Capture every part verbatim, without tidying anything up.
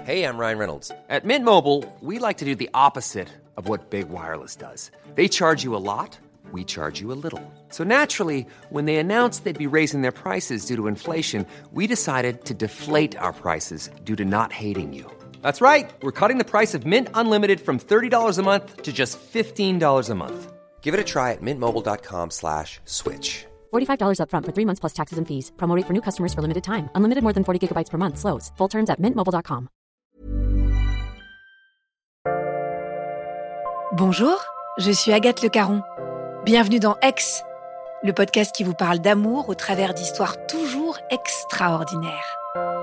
Hey, I'm Ryan Reynolds. At Mint Mobile, we like to do the opposite of what Big Wireless does. They charge you a lot, we charge you a little. So naturally, when they announced they'd be raising their prices due to inflation, we decided to deflate our prices due to not hating you. That's right. We're cutting the price of Mint Unlimited from thirty dollars a month to just fifteen dollars a month. Give it a try at mintmobile.com slash switch. forty-five dollars up front for three months plus taxes and fees. Promo rate for new customers for limited time. Unlimited more than forty gigabytes per month. Slows full terms at mint mobile dot com. Bonjour, je suis Agathe Le Caron. Bienvenue dans Aix, le podcast qui vous parle d'amour au travers d'histoires toujours extraordinaires.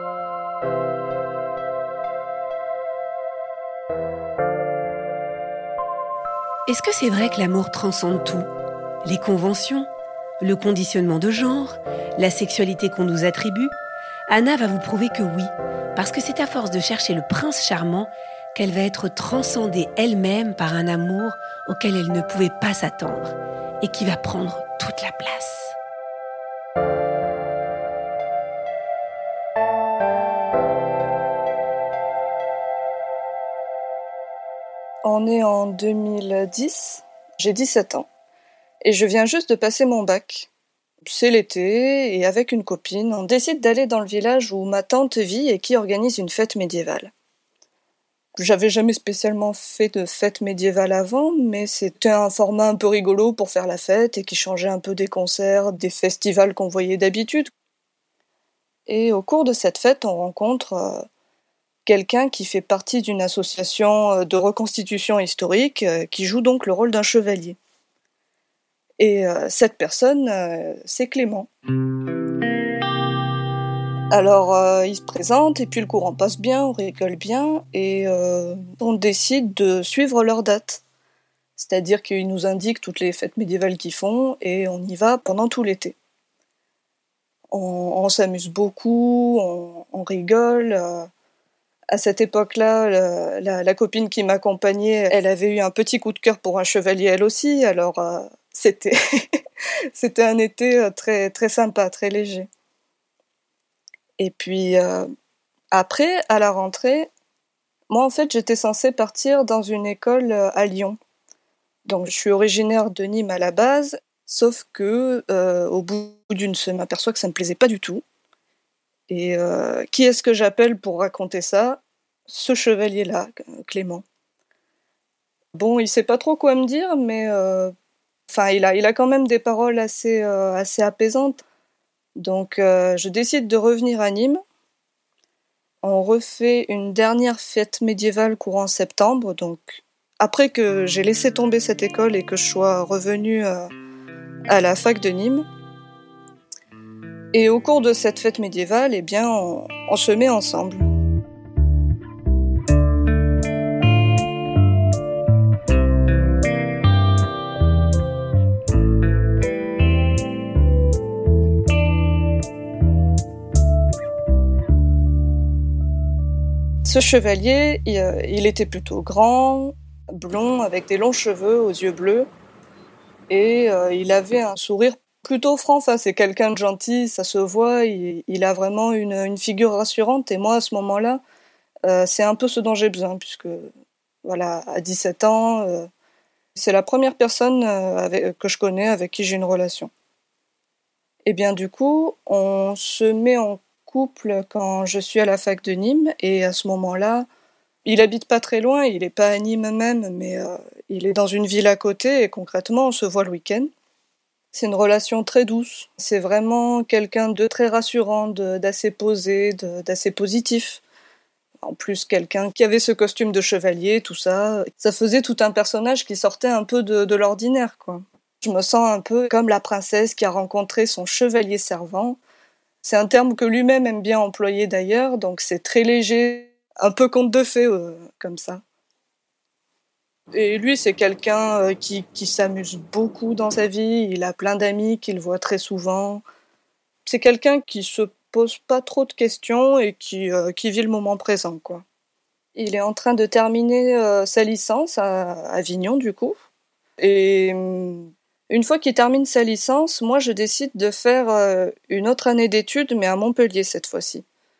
Est-ce que c'est vrai que l'amour transcende tout ? Les conventions, le conditionnement de genre, la sexualité qu'on nous attribue ? Anna va vous prouver que oui, parce que c'est à force de chercher le prince charmant qu'elle va être transcendée elle-même par un amour auquel elle ne pouvait pas s'attendre et qui va prendre toute la place. On est en deux mille dix, j'ai dix-sept ans et je viens juste de passer mon bac. C'est l'été et avec une copine, on décide d'aller dans le village où ma tante vit et qui organise une fête médiévale. J'avais jamais spécialement fait de fête médiévale avant, mais c'était un format un peu rigolo pour faire la fête et qui changeait un peu des concerts, des festivals qu'on voyait d'habitude. Et au cours de cette fête, on rencontre euh, quelqu'un qui fait partie d'une association de reconstitution historique euh, qui joue donc le rôle d'un chevalier. Et euh, cette personne, euh, c'est Clément. Alors, euh, il se présente, et puis le courant passe bien, on rigole bien, et euh, on décide de suivre leur date. C'est-à-dire qu'ils nous indiquent toutes les fêtes médiévales qu'ils font, et on y va pendant tout l'été. On, on s'amuse beaucoup, on, on rigole. Euh, à cette époque-là, la, la, la copine qui m'accompagnait, elle avait eu un petit coup de cœur pour un chevalier elle aussi, alors euh, c'était, c'était un été très, très sympa, très léger. Et puis, euh, après, à la rentrée, moi, en fait, j'étais censée partir dans une école à Lyon. Donc, je suis originaire de Nîmes à la base, sauf que, euh, au bout d'une semaine, je m'aperçois que ça me plaisait pas du tout. Et euh, qui est-ce que j'appelle pour raconter ça ? Ce chevalier-là, Clément. Bon, il sait pas trop quoi me dire, mais euh, enfin, il a, il a quand même des paroles assez, euh, assez apaisantes. Donc, euh, je décide de revenir à Nîmes. On refait une dernière fête médiévale courant septembre. Donc, après que j'ai laissé tomber cette école et que je sois revenue euh, à la fac de Nîmes. Et au cours de cette fête médiévale, eh bien, on, on se met ensemble. Ce chevalier, il, il était plutôt grand, blond, avec des longs cheveux aux yeux bleus, et euh, il avait un sourire plutôt franc. Enfin, c'est quelqu'un de gentil, ça se voit, il, il a vraiment une, une figure rassurante, et moi, à ce moment-là, euh, c'est un peu ce dont j'ai besoin, puisque, voilà, à dix-sept ans, euh, c'est la première personne euh, avec, que je connais avec qui j'ai une relation. Et bien, du coup, on se met en couple quand je suis à la fac de Nîmes, et à ce moment-là, il habite pas très loin, il est pas à Nîmes même, mais euh, il est dans une ville à côté, et concrètement, on se voit le week-end. C'est une relation très douce, c'est vraiment quelqu'un de très rassurant, de, d'assez posé, de, d'assez positif. En plus, quelqu'un qui avait ce costume de chevalier, tout ça, ça faisait tout un personnage qui sortait un peu de, de l'ordinaire, quoi. Je me sens un peu comme la princesse qui a rencontré son chevalier servant. C'est un terme que lui-même aime bien employer d'ailleurs, donc c'est très léger, un peu conte de fées, euh, comme ça. Et lui, c'est quelqu'un euh, qui, qui s'amuse beaucoup dans sa vie, il a plein d'amis qu'il voit très souvent. C'est quelqu'un qui se pose pas trop de questions et qui, euh, qui vit le moment présent, quoi. Il est en train de terminer euh, sa licence à Avignon, du coup. Et une fois qu'il termine sa licence, moi je décide de faire euh, une autre année d'études, mais à Montpellier cette fois-ci.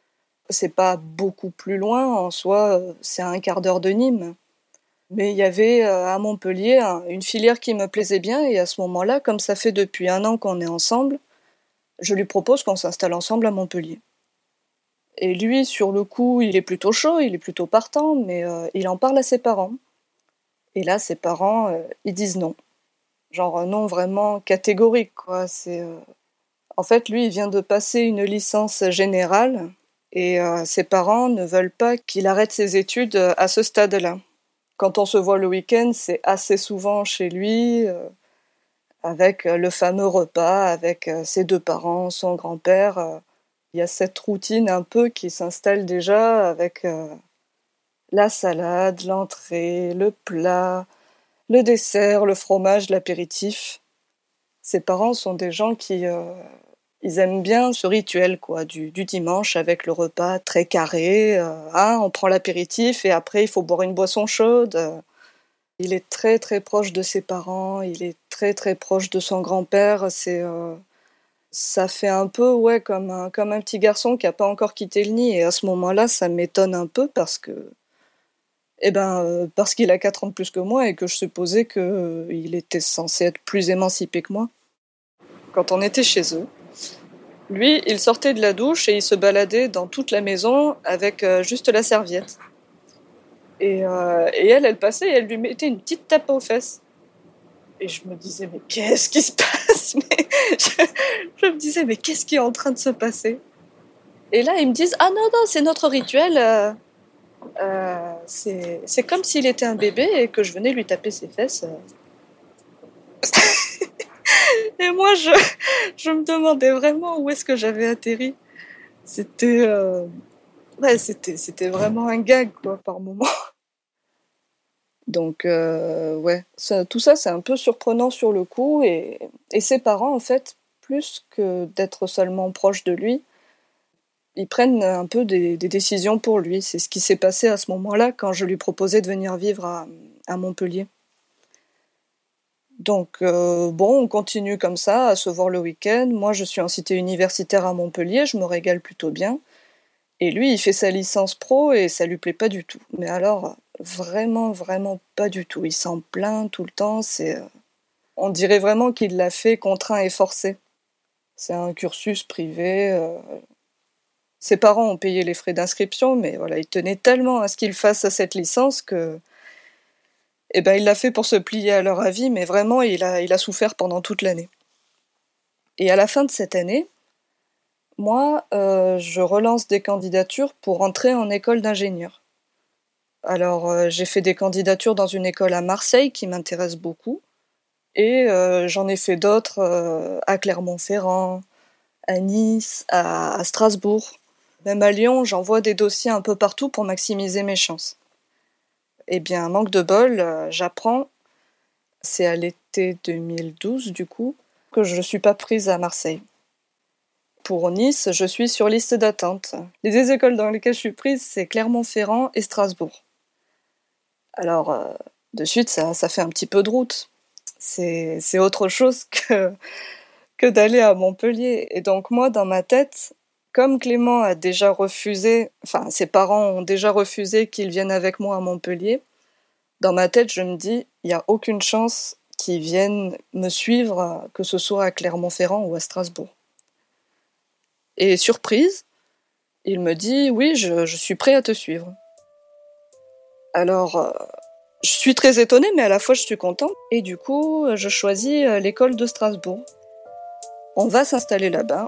C'est pas beaucoup plus loin, en soi, c'est à un quart d'heure de Nîmes. Mais il y avait à Montpellier une filière qui me plaisait bien, et à ce moment-là, comme ça fait depuis un an qu'on est ensemble, je lui propose qu'on s'installe ensemble à Montpellier. Et lui, sur le coup, il est plutôt chaud, il est plutôt partant, mais euh, il en parle à ses parents. Et là, ses parents, euh, ils disent non. Genre non vraiment catégorique, quoi. C'est, euh... En fait, lui, il vient de passer une licence générale, et euh, ses parents ne veulent pas qu'il arrête ses études à ce stade-là. Quand on se voit le week-end, c'est assez souvent chez lui, euh, avec le fameux repas, avec euh, ses deux parents, son grand-père. Euh, il y a cette routine un peu qui s'installe déjà avec euh, la salade, l'entrée, le plat, le dessert, le fromage, l'apéritif. Ses parents sont des gens qui... Euh, Ils aiment bien ce rituel quoi, du, du dimanche avec le repas très carré. Euh, hein, on prend l'apéritif et après il faut boire une boisson chaude. Euh, il est très très proche de ses parents, il est très très proche de son grand-père. C'est, euh, ça fait un peu ouais, comme, un, comme un petit garçon qui n'a pas encore quitté le nid. Et à ce moment-là, ça m'étonne un peu parce que, eh ben, euh, parce qu'il a quatre ans de plus que moi et que je supposais qu'il euh, était censé être plus émancipé que moi. Quand on était chez eux, lui, il sortait de la douche et il se baladait dans toute la maison avec euh, juste la serviette. Et, euh, et elle, elle passait et elle lui mettait une petite tape aux fesses. Et je me disais, mais qu'est-ce qui se passe mais je, je me disais, mais qu'est-ce qui est en train de se passer? Et là, ils me disent, ah non, non, c'est notre rituel. Euh, euh, c'est, c'est comme s'il était un bébé et que je venais lui taper ses fesses. Et moi, je, je me demandais vraiment où est-ce que j'avais atterri. C'était, euh, ouais, c'était, c'était vraiment un gag, quoi, par moment. Donc, euh, ouais, ça, tout ça, c'est un peu surprenant sur le coup. Et, et ses parents, en fait, plus que d'être seulement proches de lui, ils prennent un peu des, des décisions pour lui. C'est ce qui s'est passé à ce moment-là quand je lui proposais de venir vivre à, à Montpellier. Donc, euh, bon, on continue comme ça, à se voir le week-end. Moi, je suis en cité universitaire à Montpellier, je me régale plutôt bien. Et lui, il fait sa licence pro et ça lui plaît pas du tout. Mais alors, vraiment, vraiment pas du tout. Il s'en plaint tout le temps. C'est, euh... on dirait vraiment qu'il l'a fait contraint et forcé. C'est un cursus privé. Euh... Ses parents ont payé les frais d'inscription, mais voilà, il tenait tellement à ce qu'il fasse cette licence que... Eh ben, il l'a fait pour se plier à leur avis, mais vraiment, il a, il a souffert pendant toute l'année. Et à la fin de cette année, moi, euh, je relance des candidatures pour entrer en école d'ingénieur. Alors, euh, j'ai fait des candidatures dans une école à Marseille qui m'intéresse beaucoup, et euh, j'en ai fait d'autres euh, à Clermont-Ferrand, à Nice, à, à Strasbourg. Même à Lyon, j'envoie des dossiers un peu partout pour maximiser mes chances. Eh bien, manque de bol, euh, j'apprends, c'est à l'été deux mille douze du coup, que je ne suis pas prise à Marseille. Pour Nice, je suis sur liste d'attente. Les deux écoles dans lesquelles je suis prise, c'est Clermont-Ferrand et Strasbourg. Alors, euh, de suite, ça, ça fait un petit peu de route. C'est, c'est autre chose que, que d'aller à Montpellier. Et donc moi, dans ma tête, comme Clément a déjà refusé, enfin ses parents ont déjà refusé qu'il vienne avec moi à Montpellier, dans ma tête je me dis, il n'y a aucune chance qu'il vienne me suivre, que ce soit à Clermont-Ferrand ou à Strasbourg. Et surprise, il me dit, oui, je, je suis prêt à te suivre. Alors, euh, je suis très étonnée, mais à la fois je suis contente, et du coup, je choisis l'école de Strasbourg. On va s'installer là-bas.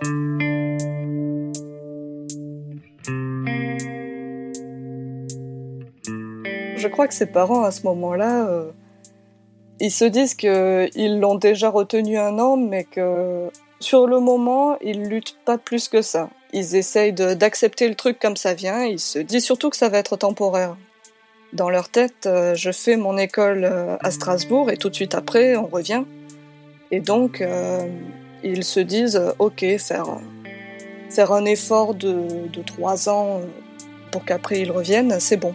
Je crois que ses parents, à ce moment-là, euh, ils se disent qu'ils l'ont déjà retenu un an, mais que sur le moment, ils luttent pas plus que ça. Ils essayent de, d'accepter le truc comme ça vient, ils se disent surtout que ça va être temporaire. Dans leur tête, euh, je fais mon école euh, à Strasbourg et tout de suite après, on revient. Et donc, euh, ils se disent, euh, ok, faire, faire un effort de, de trois ans euh, pour qu'après ils reviennent, c'est bon.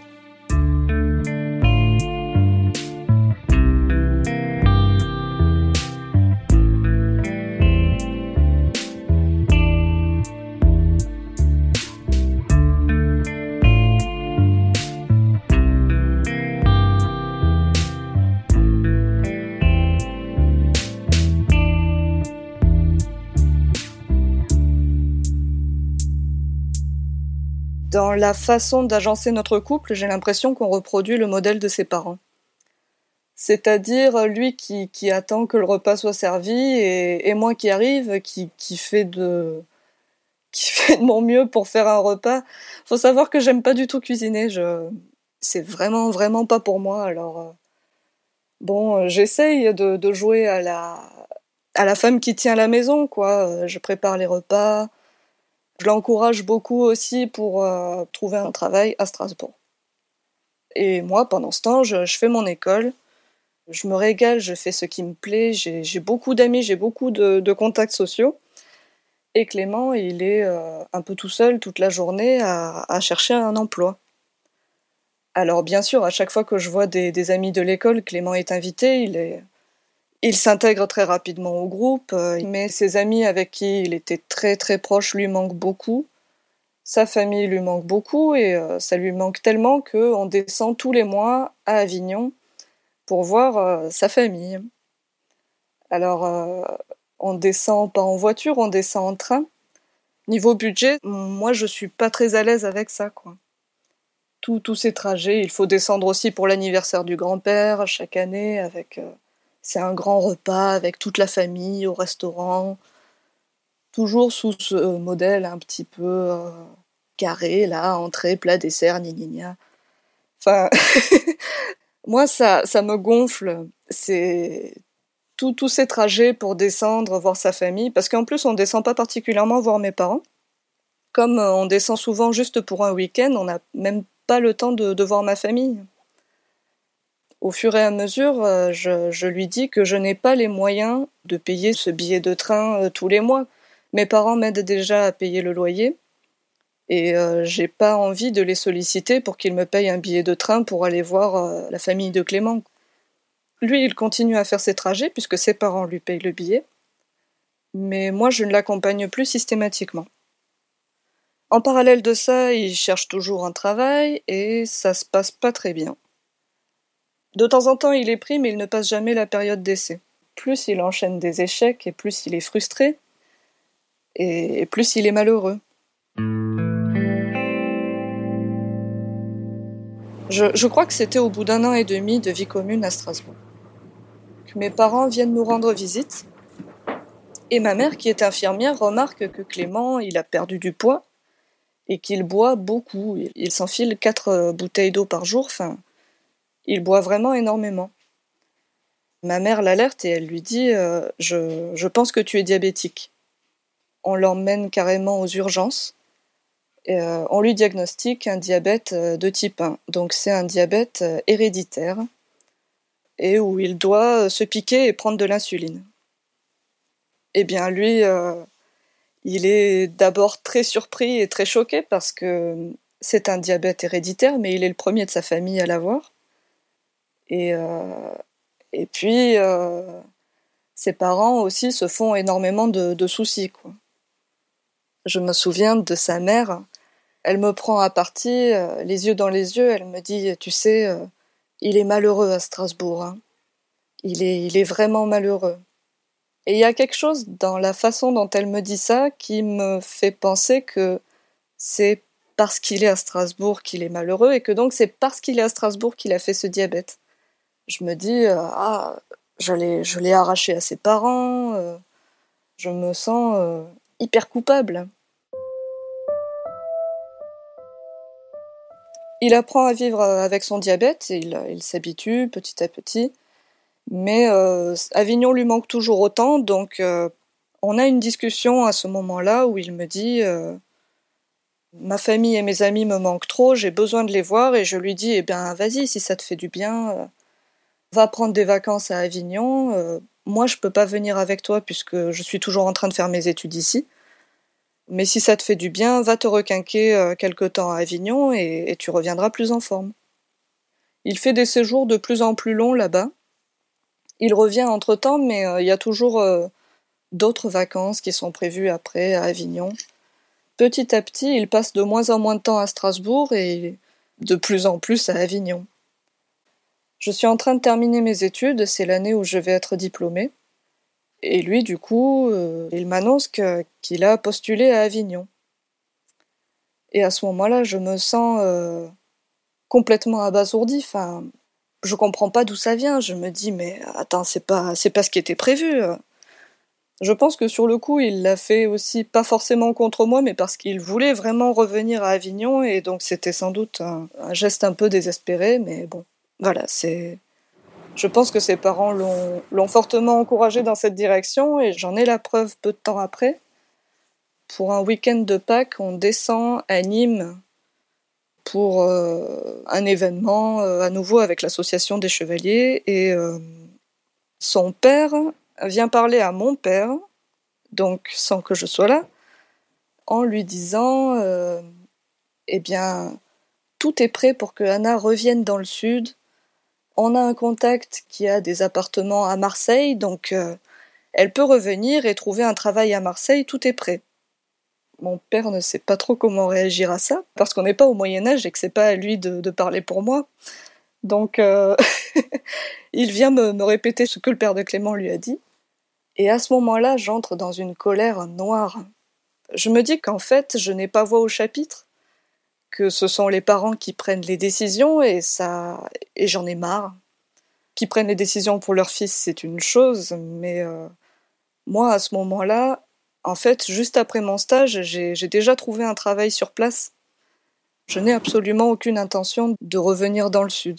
Dans la façon d'agencer notre couple, j'ai l'impression qu'on reproduit le modèle de ses parents. C'est-à-dire lui qui, qui attend que le repas soit servi et, et moi qui arrive, qui, qui, fait de, qui fait de mon mieux pour faire un repas. Faut savoir que j'aime pas du tout cuisiner, je, c'est vraiment, vraiment pas pour moi. Alors, euh, bon, euh, j'essaye de, de jouer à la, à la femme qui tient la maison, quoi. Euh, je prépare les repas. Je l'encourage beaucoup aussi pour euh, trouver un travail à Strasbourg. Et moi, pendant ce temps, je, je fais mon école. Je me régale, je fais ce qui me plaît, j'ai, j'ai beaucoup d'amis, j'ai beaucoup de, de contacts sociaux. Et Clément, il est euh, un peu tout seul toute la journée à, à chercher un emploi. Alors bien sûr, à chaque fois que je vois des, des amis de l'école, Clément est invité, il, est, il s'intègre très rapidement au groupe, euh, mais ses amis avec qui il était très très proche lui manquent beaucoup. Sa famille lui manque beaucoup et euh, ça lui manque tellement qu'on descend tous les mois à Avignon pour voir euh, sa famille. Alors, euh, on descend pas en voiture, on descend en train. Niveau budget, moi, je suis pas très à l'aise avec ça, quoi. Tous tous ces trajets, il faut descendre aussi pour l'anniversaire du grand-père, chaque année, avec... Euh, c'est un grand repas avec toute la famille, au restaurant. Toujours sous ce modèle un petit peu euh, carré, là, entrée, plat, dessert, gna gna gna. Enfin... Moi, ça, ça me gonfle. C'est tous tous ces trajets pour descendre voir sa famille, parce qu'en plus, on descend pas particulièrement voir mes parents. Comme euh, on descend souvent juste pour un week-end, on n'a même pas le temps de, de voir ma famille. Au fur et à mesure, euh, je, je lui dis que je n'ai pas les moyens de payer ce billet de train euh, tous les mois. Mes parents m'aident déjà à payer le loyer. Et euh, j'ai pas envie de les solliciter pour qu'ils me payent un billet de train pour aller voir euh, la famille de Clément. Lui, il continue à faire ses trajets puisque ses parents lui payent le billet. Mais moi, je ne l'accompagne plus systématiquement. En parallèle de ça, il cherche toujours un travail et ça se passe pas très bien. De temps en temps, il est pris, mais il ne passe jamais la période d'essai. Plus il enchaîne des échecs et plus il est frustré et plus il est malheureux. Je, je crois que c'était au bout d'un an et demi de vie commune à Strasbourg que mes parents viennent nous rendre visite et ma mère, qui est infirmière, remarque que Clément, il a perdu du poids et qu'il boit beaucoup. Il, il s'enfile quatre bouteilles d'eau par jour, enfin, il boit vraiment énormément. Ma mère l'alerte et elle lui dit euh, « je, je pense que tu es diabétique ». On l'emmène carrément aux urgences. Et, euh, on lui diagnostique un diabète de type un. Donc c'est un diabète héréditaire et où il doit se piquer et prendre de l'insuline. Eh bien lui, euh, il est d'abord très surpris et très choqué parce que c'est un diabète héréditaire, mais il est le premier de sa famille à l'avoir. Et, euh, et puis, euh, ses parents aussi se font énormément de, de soucis, quoi. Je me souviens de sa mère. Elle me prend à partie, euh, les yeux dans les yeux, elle me dit « Tu sais, euh, il est malheureux à Strasbourg. Hein. Il est, il est vraiment malheureux. » Et il y a quelque chose dans la façon dont elle me dit ça qui me fait penser que c'est parce qu'il est à Strasbourg qu'il est malheureux et que donc c'est parce qu'il est à Strasbourg qu'il a fait ce diabète. Je me dis euh, « Ah, je l'ai, je l'ai arraché à ses parents. Euh, je me sens euh, hyper coupable. » Il apprend à vivre avec son diabète, et il, il s'habitue petit à petit, mais euh, Avignon lui manque toujours autant, donc euh, on a une discussion à ce moment-là où il me dit euh, « Ma famille et mes amis me manquent trop, j'ai besoin de les voir », et je lui dis « Eh bien, vas-y, si ça te fait du bien, euh, va prendre des vacances à Avignon, euh, moi je peux pas venir avec toi puisque je suis toujours en train de faire mes études ici. Mais si ça te fait du bien, va te requinquer euh, quelque temps à Avignon et, et tu reviendras plus en forme. » Il fait des séjours de plus en plus longs là-bas. Il revient entre-temps, mais il euh, y a toujours euh, d'autres vacances qui sont prévues après à Avignon. Petit à petit, il passe de moins en moins de temps à Strasbourg et de plus en plus à Avignon. Je suis en train de terminer mes études, c'est l'année où je vais être diplômée. Et lui, du coup, euh, il m'annonce que, qu'il a postulé à Avignon. Et à ce moment-là, je me sens euh, complètement abasourdie. Enfin, je comprends pas d'où ça vient. Je me dis, mais attends, c'est pas, c'est pas ce qui était prévu. Je pense que sur le coup, il l'a fait aussi, pas forcément contre moi, mais parce qu'il voulait vraiment revenir à Avignon, et donc c'était sans doute un, un geste un peu désespéré, mais bon, voilà, c'est... Je pense que ses parents l'ont, l'ont fortement encouragé dans cette direction, et j'en ai la preuve peu de temps après. Pour un week-end de Pâques, on descend à Nîmes pour euh, un événement, euh, à nouveau avec l'association des chevaliers, et euh, son père vient parler à mon père, donc sans que je sois là, en lui disant euh, eh bien, tout est prêt pour que Anna revienne dans le sud. On a un contact qui a des appartements à Marseille, donc euh, elle peut revenir et trouver un travail à Marseille, tout est prêt. Mon père ne sait pas trop comment réagir à ça, parce qu'on n'est pas au Moyen-Âge et que c'est pas à lui de, de parler pour moi. Donc euh, il vient me, me répéter ce que le père de Clément lui a dit. Et à ce moment-là, j'entre dans une colère noire. Je me dis qu'en fait, je n'ai pas voix au chapitre, que ce sont les parents qui prennent les décisions, et ça, et j'en ai marre. Qui prennent les décisions pour leur fils, c'est une chose, mais euh, moi, à ce moment-là, en fait, juste après mon stage, j'ai, j'ai déjà trouvé un travail sur place. Je n'ai absolument aucune intention de revenir dans le sud.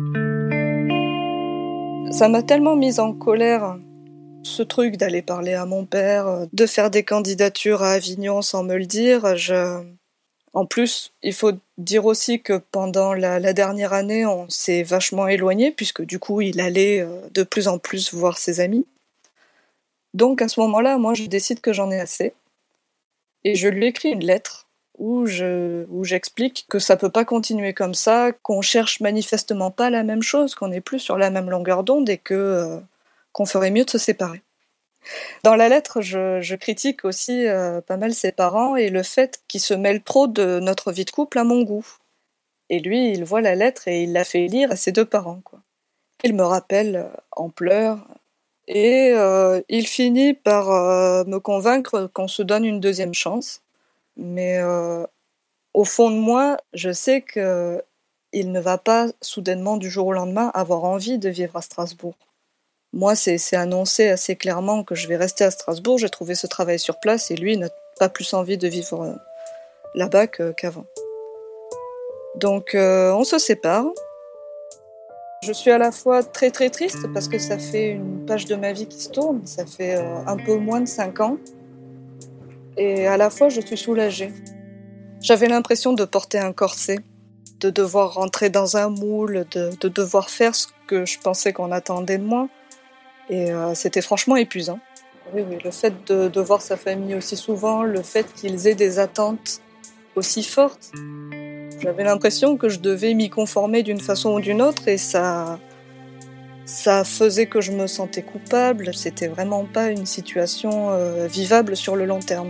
Ça m'a tellement mise en colère, ce truc d'aller parler à mon père, de faire des candidatures à Avignon sans me le dire. Je... En plus, il faut dire aussi que pendant la, la dernière année, on s'est vachement éloigné, puisque du coup, il allait de plus en plus voir ses amis. Donc à ce moment-là, moi, je décide que j'en ai assez. Et je lui écris une lettre où, je, où j'explique que ça peut pas continuer comme ça, qu'on cherche manifestement pas la même chose, qu'on n'est plus sur la même longueur d'onde, et que... Euh, qu'on ferait mieux de se séparer. Dans la lettre, je, je critique aussi euh, pas mal ses parents et le fait qu'ils se mêlent trop de notre vie de couple à mon goût. Et lui, il voit la lettre et il la fait lire à ses deux parents, quoi. Il me rappelle euh, en pleurs et euh, il finit par euh, me convaincre qu'on se donne une deuxième chance. Mais euh, au fond de moi, je sais qu'il ne va pas soudainement du jour au lendemain avoir envie de vivre à Strasbourg. Moi, c'est, c'est annoncé assez clairement que je vais rester à Strasbourg. J'ai trouvé ce travail sur place et lui il n'a pas plus envie de vivre euh, là-bas que, qu'avant. Donc, euh, on se sépare. Je suis à la fois très très triste parce que ça fait une page de ma vie qui se tourne. Ça fait euh, un peu moins de cinq ans. Et à la fois, je suis soulagée. J'avais l'impression de porter un corset, de devoir rentrer dans un moule, de, de devoir faire ce que je pensais qu'on attendait de moi. Et euh, c'était franchement épuisant. Oui, oui, le fait de, de voir sa famille aussi souvent, le fait qu'ils aient des attentes aussi fortes, j'avais l'impression que je devais m'y conformer d'une façon ou d'une autre, et ça, ça faisait que je me sentais coupable. C'était vraiment pas une situation euh, vivable sur le long terme.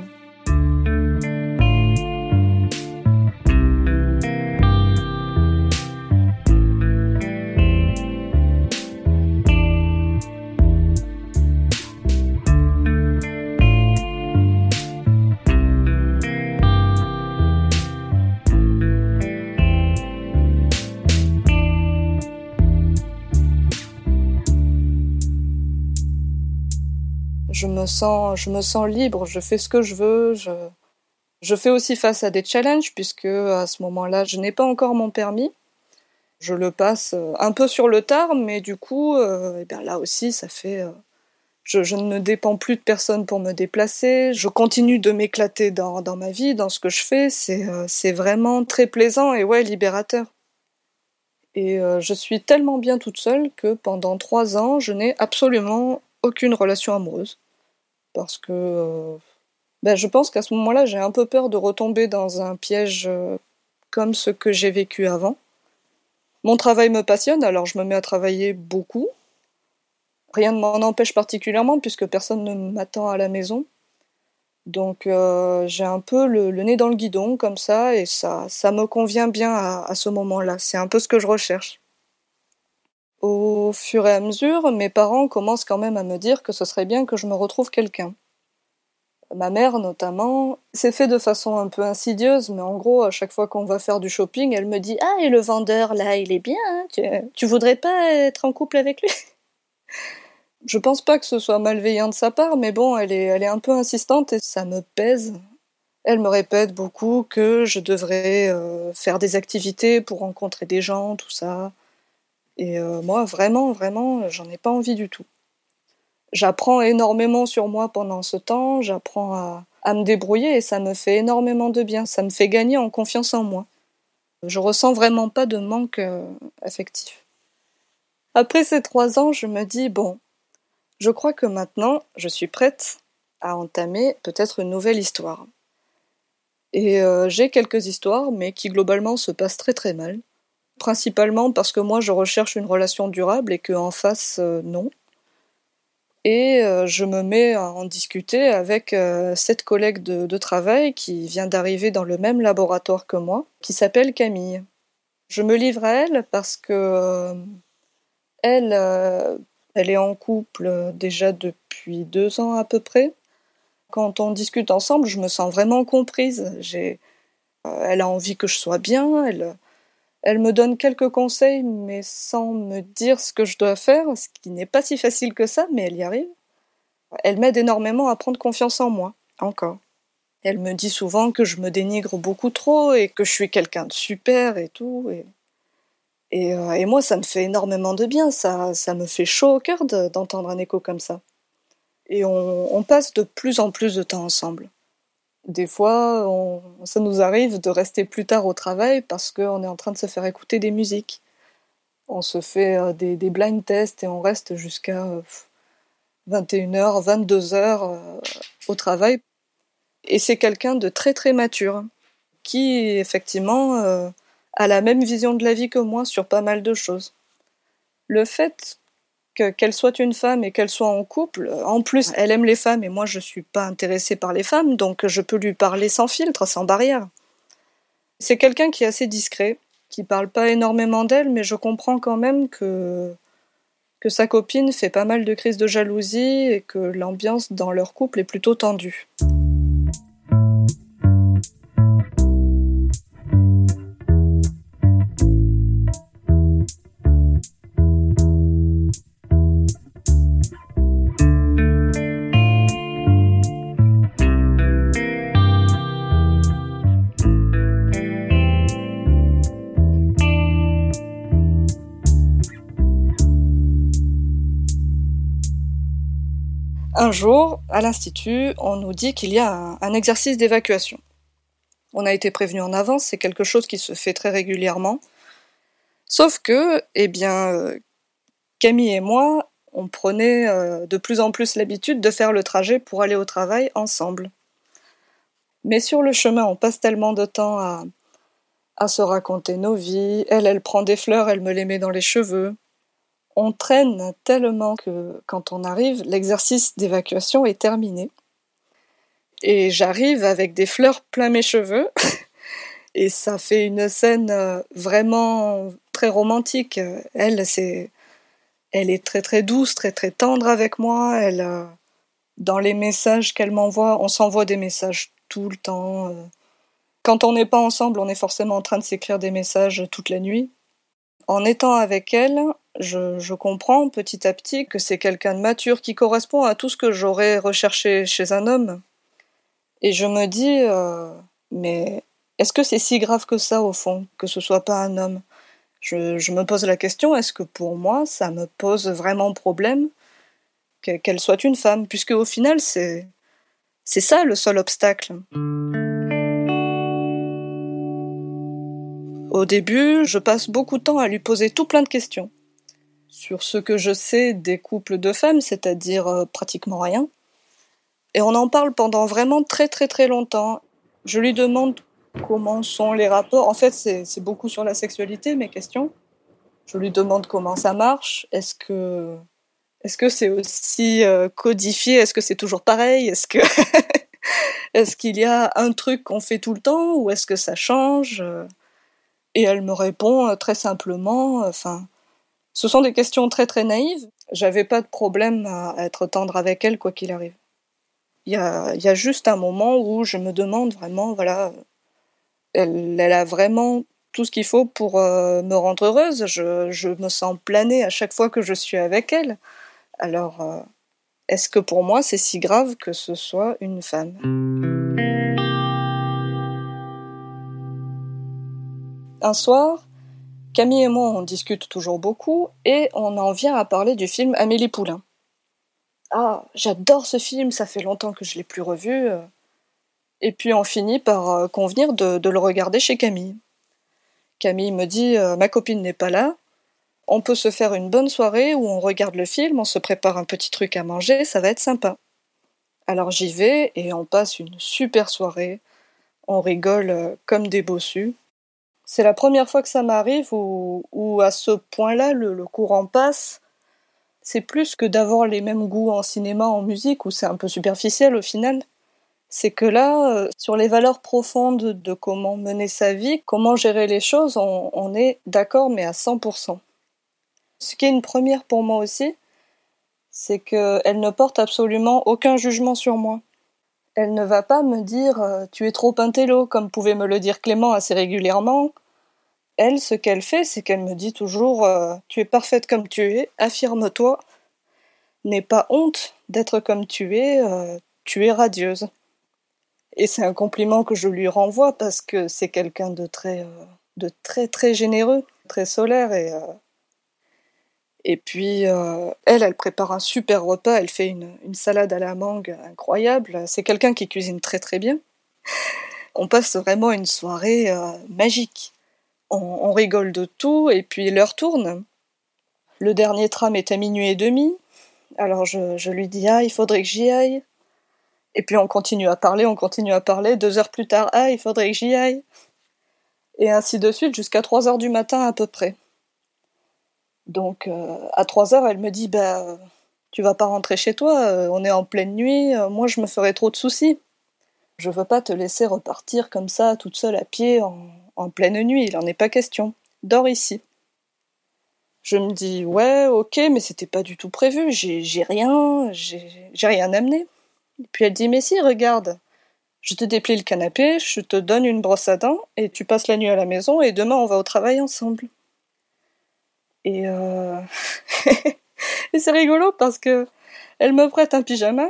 Je me sens, je me sens libre, je fais ce que je veux, je, je fais aussi face à des challenges puisque à ce moment-là, je n'ai pas encore mon permis. Je le passe un peu sur le tard, mais du coup, euh, et bien là aussi, ça fait... Euh, je, je ne dépends plus de personne pour me déplacer, je continue de m'éclater dans, dans ma vie, dans ce que je fais, c'est, euh, c'est vraiment très plaisant et ouais, libérateur. Et euh, je suis tellement bien toute seule que pendant trois ans, je n'ai absolument aucune relation amoureuse. Parce que euh, ben je pense qu'à ce moment-là, j'ai un peu peur de retomber dans un piège euh, comme ce que j'ai vécu avant. Mon travail me passionne, alors je me mets à travailler beaucoup. Rien ne m'en empêche particulièrement, puisque personne ne m'attend à la maison. Donc euh, j'ai un peu le, le nez dans le guidon, comme ça, et ça, ça me convient bien à, à ce moment-là. C'est un peu ce que je recherche. Au fur et à mesure, mes parents commencent quand même à me dire que ce serait bien que je me retrouve quelqu'un. Ma mère, notamment, c'est fait de façon un peu insidieuse, mais en gros, à chaque fois qu'on va faire du shopping, elle me dit « Ah, et le vendeur, là, il est bien, hein, tu, tu voudrais pas être en couple avec lui ?» Je pense pas que ce soit malveillant de sa part, mais bon, elle est, elle est un peu insistante et ça me pèse. Elle me répète beaucoup que je devrais euh, faire des activités pour rencontrer des gens, tout ça. Et euh, moi, vraiment, vraiment, j'en ai pas envie du tout. J'apprends énormément sur moi pendant ce temps, j'apprends à, à me débrouiller et ça me fait énormément de bien. Ça me fait gagner en confiance en moi. Je ressens vraiment pas de manque euh, affectif. Après ces trois ans, je me dis, bon, je crois que maintenant, je suis prête à entamer peut-être une nouvelle histoire. Et euh, j'ai quelques histoires, mais qui globalement se passent très très mal. Principalement parce que moi, je recherche une relation durable et qu'en face, euh, non. Et euh, je me mets à en discuter avec euh, cette collègue de, de travail qui vient d'arriver dans le même laboratoire que moi, qui s'appelle Camille. Je me livre à elle parce que euh, elle, euh, elle est en couple déjà depuis deux ans à peu près. Quand on discute ensemble, je me sens vraiment comprise. J'ai, euh, elle a envie que je sois bien, elle, elle me donne quelques conseils, mais sans me dire ce que je dois faire, ce qui n'est pas si facile que ça, mais elle y arrive. Elle m'aide énormément à prendre confiance en moi, encore. Elle me dit souvent que je me dénigre beaucoup trop et que je suis quelqu'un de super et tout. Et, et, euh, et moi, ça me fait énormément de bien, ça, ça me fait chaud au cœur de, d'entendre un écho comme ça. Et on, on passe de plus en plus de temps ensemble. Des fois, on, ça nous arrive de rester plus tard au travail parce qu'on est en train de se faire écouter des musiques. On se fait euh, des, des blind tests et on reste jusqu'à euh, vingt et une heures, vingt-deux heures euh, au travail. Et c'est quelqu'un de très très mature, qui effectivement euh, a la même vision de la vie que moi sur pas mal de choses. Le fait que, qu'elle soit une femme et qu'elle soit en couple, en plus elle aime les femmes et moi je suis pas intéressée par les femmes, donc je peux lui parler sans filtre, sans barrière. C'est quelqu'un qui est assez discret, qui parle pas énormément d'elle, mais je comprends quand même que, que sa copine fait pas mal de crises de jalousie et que l'ambiance dans leur couple est plutôt tendue. Un jour, à l'Institut, on nous dit qu'il y a un, un exercice d'évacuation. On a été prévenu en avance, c'est quelque chose qui se fait très régulièrement. Sauf que, eh bien, euh, Camille et moi, on prenait euh, de plus en plus l'habitude de faire le trajet pour aller au travail ensemble. Mais sur le chemin, on passe tellement de temps à, à se raconter nos vies. Elle, elle prend des fleurs, elle me les met dans les cheveux. On traîne tellement que, quand on arrive, l'exercice d'évacuation est terminé. Et j'arrive avec des fleurs plein mes cheveux. Et ça fait une scène vraiment très romantique. Elle, c'est, elle est très très douce, très très tendre avec moi. Elle, dans les messages qu'elle m'envoie, on s'envoie des messages tout le temps. Quand on n'est pas ensemble, on est forcément en train de s'écrire des messages toute la nuit. En étant avec elle, je, je comprends petit à petit que c'est quelqu'un de mature qui correspond à tout ce que j'aurais recherché chez un homme. Et je me dis, euh, mais est-ce que c'est si grave que ça au fond, que ce soit pas un homme ? je, je me pose la question, est-ce que pour moi, ça me pose vraiment problème que, qu'elle soit une femme ? Puisque au final, c'est, c'est ça le seul obstacle. Au début, je passe beaucoup de temps à lui poser tout plein de questions. Sur ce que je sais des couples de femmes, c'est-à-dire euh, pratiquement rien. Et on en parle pendant vraiment très très très longtemps. Je lui demande comment sont les rapports. En fait, c'est, c'est beaucoup sur la sexualité, mes questions. Je lui demande comment ça marche. Est-ce que, est-ce que c'est aussi euh, codifié ? Est-ce que c'est toujours pareil ? Est-ce que est-ce qu'il y a un truc qu'on fait tout le temps ou est-ce que ça change ? Et elle me répond très simplement. Enfin, ce sont des questions très très naïves. J'avais pas de problème à être tendre avec elle, quoi qu'il arrive. Il y a, il y a juste un moment où je me demande vraiment, voilà, elle, elle a vraiment tout ce qu'il faut pour euh, me rendre heureuse. Je, je me sens planée à chaque fois que je suis avec elle. Alors, euh, est-ce que pour moi, c'est si grave que ce soit une femme ? Un soir, Camille et moi, on discute toujours beaucoup, et on en vient à parler du film Amélie Poulain. Ah, j'adore ce film, ça fait longtemps que je ne l'ai plus revu. Et puis on finit par convenir de, de le regarder chez Camille. Camille me dit euh, « Ma copine n'est pas là, on peut se faire une bonne soirée où on regarde le film, on se prépare un petit truc à manger, ça va être sympa. » Alors j'y vais et on passe une super soirée, on rigole comme des bossus. C'est la première fois que ça m'arrive où, où à ce point-là le, le courant passe. C'est plus que d'avoir les mêmes goûts en cinéma, en musique, où c'est un peu superficiel au final. C'est que là, euh, sur les valeurs profondes de comment mener sa vie, comment gérer les choses, on, on est d'accord, mais à cent pour cent. Ce qui est une première pour moi aussi, c'est qu'elle ne porte absolument aucun jugement sur moi. Elle ne va pas me dire euh, « tu es trop intello », comme pouvait me le dire Clément assez régulièrement. Elle, ce qu'elle fait, c'est qu'elle me dit toujours euh, « tu es parfaite comme tu es, affirme-toi, n'aie pas honte d'être comme tu es, euh, tu es radieuse ». Et c'est un compliment que je lui renvoie parce que c'est quelqu'un de très, euh, de très très généreux, très solaire. Et, euh, et puis, euh, elle, elle prépare un super repas, elle fait une, une salade à la mangue incroyable. C'est quelqu'un qui cuisine très très bien. On passe vraiment une soirée euh, magique. On, on rigole de tout et puis l'heure tourne. Le dernier tram est à minuit et demi. Alors je, je lui dis « Ah, il faudrait que j'y aille ». Et puis on continue à parler, on continue à parler. Deux heures plus tard, « Ah, il faudrait que j'y aille ». Et ainsi de suite jusqu'à trois heures du matin à peu près. Donc euh, à trois heures, elle me dit bah, « Tu vas pas rentrer chez toi, euh, on est en pleine nuit, euh, moi je me ferais trop de soucis. Je veux pas te laisser repartir comme ça, toute seule à pied, en, en pleine nuit, il en est pas question. Dors ici. » Je me dis « Ouais, ok, mais c'était pas du tout prévu, j'ai, j'ai rien, j'ai, j'ai rien amené. » Et puis elle dit « Mais si, regarde, je te déplie le canapé, je te donne une brosse à dents, et tu passes la nuit à la maison, et demain on va au travail ensemble. » Et, euh... et c'est rigolo parce que elle me prête un pyjama.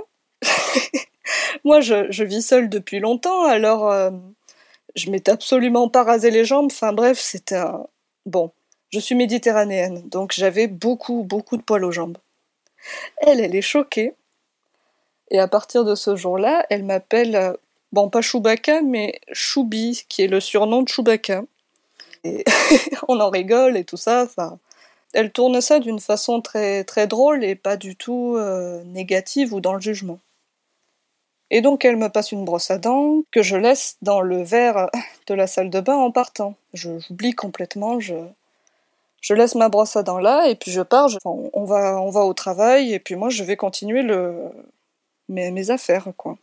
Moi, je, je vis seule depuis longtemps, alors euh, je m'étais absolument pas rasé les jambes. Enfin bref, c'était un... Bon, je suis méditerranéenne, donc j'avais beaucoup, beaucoup de poils aux jambes. Elle, elle est choquée. Et à partir de ce jour-là, elle m'appelle, bon, pas Chewbacca, mais Choubi, qui est le surnom de Chewbacca. Et on en rigole et tout ça, enfin... Elle tourne ça d'une façon très, très drôle et pas du tout euh, négative ou dans le jugement. Et donc elle me passe une brosse à dents que je laisse dans le verre de la salle de bain en partant. Je, j'oublie complètement, je, je laisse ma brosse à dents là et puis je pars, je, on, on, va, on va au travail et puis moi je vais continuer le, mes, mes affaires, quoi.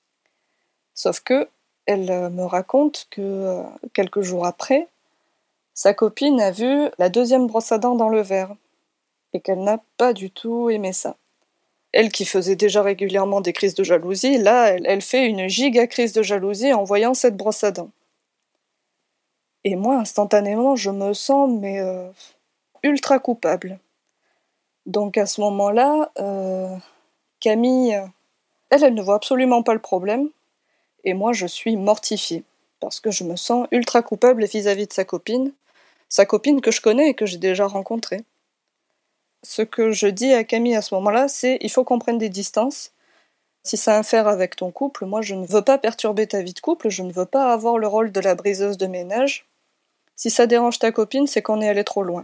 Sauf que elle me raconte que euh, quelques jours après, sa copine a vu la deuxième brosse à dents dans le verre, et qu'elle n'a pas du tout aimé ça. Elle qui faisait déjà régulièrement des crises de jalousie, là, elle, elle fait une giga crise de jalousie en voyant cette brosse à dents. Et moi, instantanément, je me sens mais euh, ultra coupable. Donc à ce moment-là, euh, Camille, elle, elle ne voit absolument pas le problème, et moi, je suis mortifiée, parce que je me sens ultra coupable vis-à-vis de sa copine, sa copine que je connais et que j'ai déjà rencontrée. Ce que je dis à Camille à ce moment-là, c'est il faut qu'on prenne des distances. Si ça a à faire avec ton couple, moi je ne veux pas perturber ta vie de couple, je ne veux pas avoir le rôle de la briseuse de ménage. Si ça dérange ta copine, c'est qu'on est allé trop loin.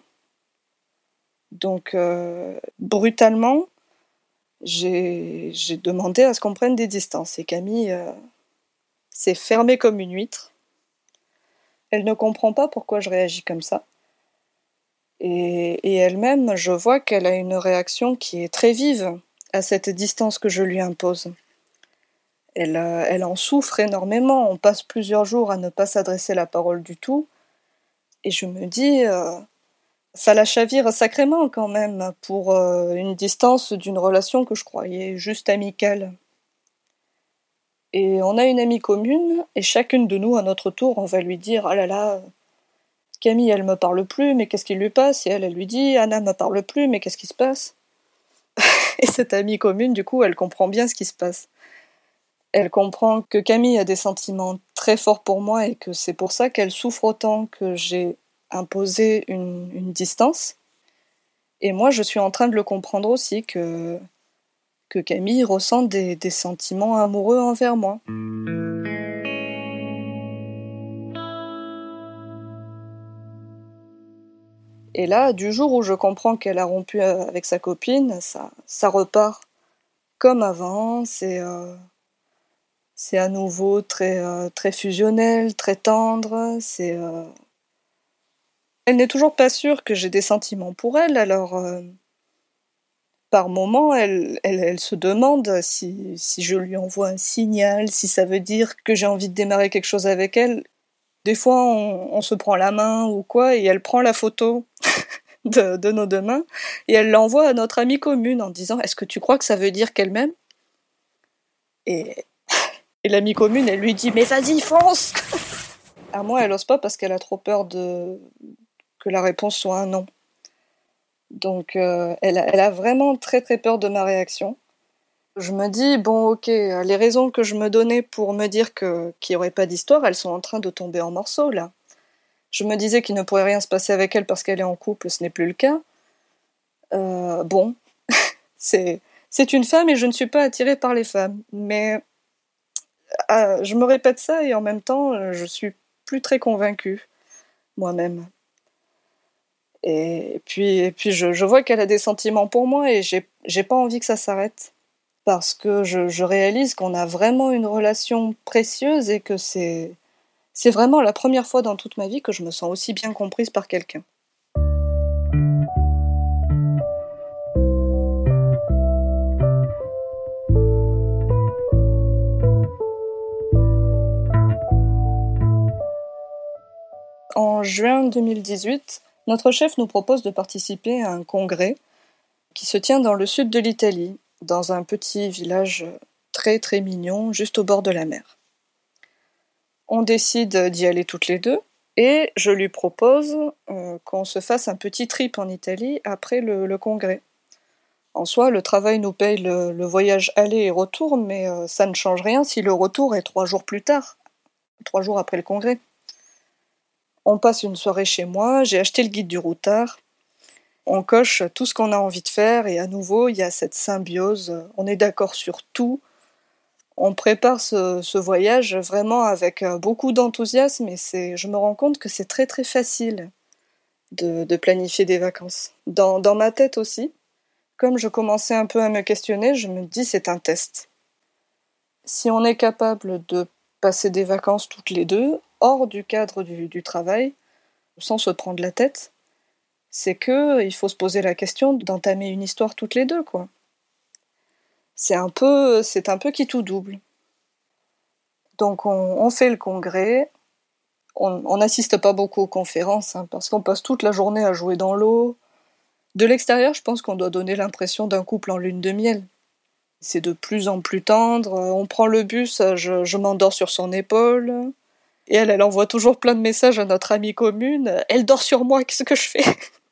Donc, euh, brutalement, j'ai, j'ai demandé à ce qu'on prenne des distances. Et Camille euh, s'est fermée comme une huître. Elle ne comprend pas pourquoi je réagis comme ça. Et, et elle-même, je vois qu'elle a une réaction qui est très vive à cette distance que je lui impose. Elle, euh, elle en souffre énormément. On passe plusieurs jours à ne pas s'adresser la parole du tout. Et je me dis, euh, ça la chavire sacrément quand même pour euh, une distance d'une relation que je croyais juste amicale. Et on a une amie commune, et chacune de nous, à notre tour, on va lui dire « Ah là là, Camille, elle me parle plus, mais qu'est-ce qui lui passe ?» Et elle, elle lui dit « Anna me parle plus, mais qu'est-ce qui se passe ?» Et cette amie commune, du coup, elle comprend bien ce qui se passe. Elle comprend que Camille a des sentiments très forts pour moi et que c'est pour ça qu'elle souffre autant, que j'ai imposé une, une distance. Et moi, je suis en train de le comprendre aussi, que, que Camille ressent des, des sentiments amoureux envers moi. Et là, du jour où je comprends qu'elle a rompu avec sa copine, ça, ça repart comme avant. C'est, euh, c'est à nouveau très, euh, très fusionnel, très tendre. C'est, euh... Elle n'est toujours pas sûre que j'ai des sentiments pour elle, alors euh, par moments, elle, elle, elle se demande si, si je lui envoie un signal, si ça veut dire que j'ai envie de démarrer quelque chose avec elle. Des fois, on, on se prend la main ou quoi, et elle prend la photo de, de nos deux mains, et elle l'envoie à notre amie commune en disant « Est-ce que tu crois que ça veut dire qu'elle m'aime ?» Et, et l'amie commune, elle lui dit « Mais vas-y, fonce !» À moi, elle n'ose pas parce qu'elle a trop peur de... que la réponse soit un non. Donc, euh, elle, a, elle a vraiment très très peur de ma réaction. Je me dis, bon ok, les raisons que je me donnais pour me dire que, qu'il n'y aurait pas d'histoire, elles sont en train de tomber en morceaux, là. Je me disais qu'il ne pourrait rien se passer avec elle parce qu'elle est en couple, ce n'est plus le cas. Euh, bon, c'est, c'est une femme et je ne suis pas attirée par les femmes. Mais euh, je me répète ça et en même temps, je suis plus très convaincue, moi-même. Et puis, et puis je, je vois qu'elle a des sentiments pour moi et j'ai, j'ai pas envie que ça s'arrête. Parce que je, je réalise qu'on a vraiment une relation précieuse et que c'est, c'est vraiment la première fois dans toute ma vie que je me sens aussi bien comprise par quelqu'un. En juin deux mille dix-huit, notre chef nous propose de participer à un congrès qui se tient dans le sud de l'Italie, dans un petit village très très mignon, juste au bord de la mer. On décide d'y aller toutes les deux, et je lui propose euh, qu'on se fasse un petit trip en Italie après le, le congrès. En soi, le travail nous paye le, le voyage aller et retour, mais euh, ça ne change rien si le retour est trois jours plus tard, trois jours après le congrès. On passe une soirée chez moi, j'ai acheté le guide du routard, on coche tout ce qu'on a envie de faire et à nouveau il y a cette symbiose, on est d'accord sur tout, on prépare ce, ce voyage vraiment avec beaucoup d'enthousiasme et c'est, je me rends compte que c'est très très facile de, de planifier des vacances. Dans, dans ma tête aussi, comme je commençais un peu à me questionner, je me dis c'est un test. Si on est capable de passer des vacances toutes les deux, hors du cadre du, du travail, sans se prendre la tête, c'est que il faut se poser la question d'entamer une histoire toutes les deux, quoi. C'est un peu, c'est un peu qui tout double. Donc on, on fait le congrès, on n'assiste pas beaucoup aux conférences, hein, parce qu'on passe toute la journée à jouer dans l'eau. De l'extérieur, je pense qu'on doit donner l'impression d'un couple en lune de miel. C'est de plus en plus tendre, on prend le bus, je, je m'endors sur son épaule, et elle, elle envoie toujours plein de messages à notre amie commune, elle dort sur moi, qu'est-ce que je fais ?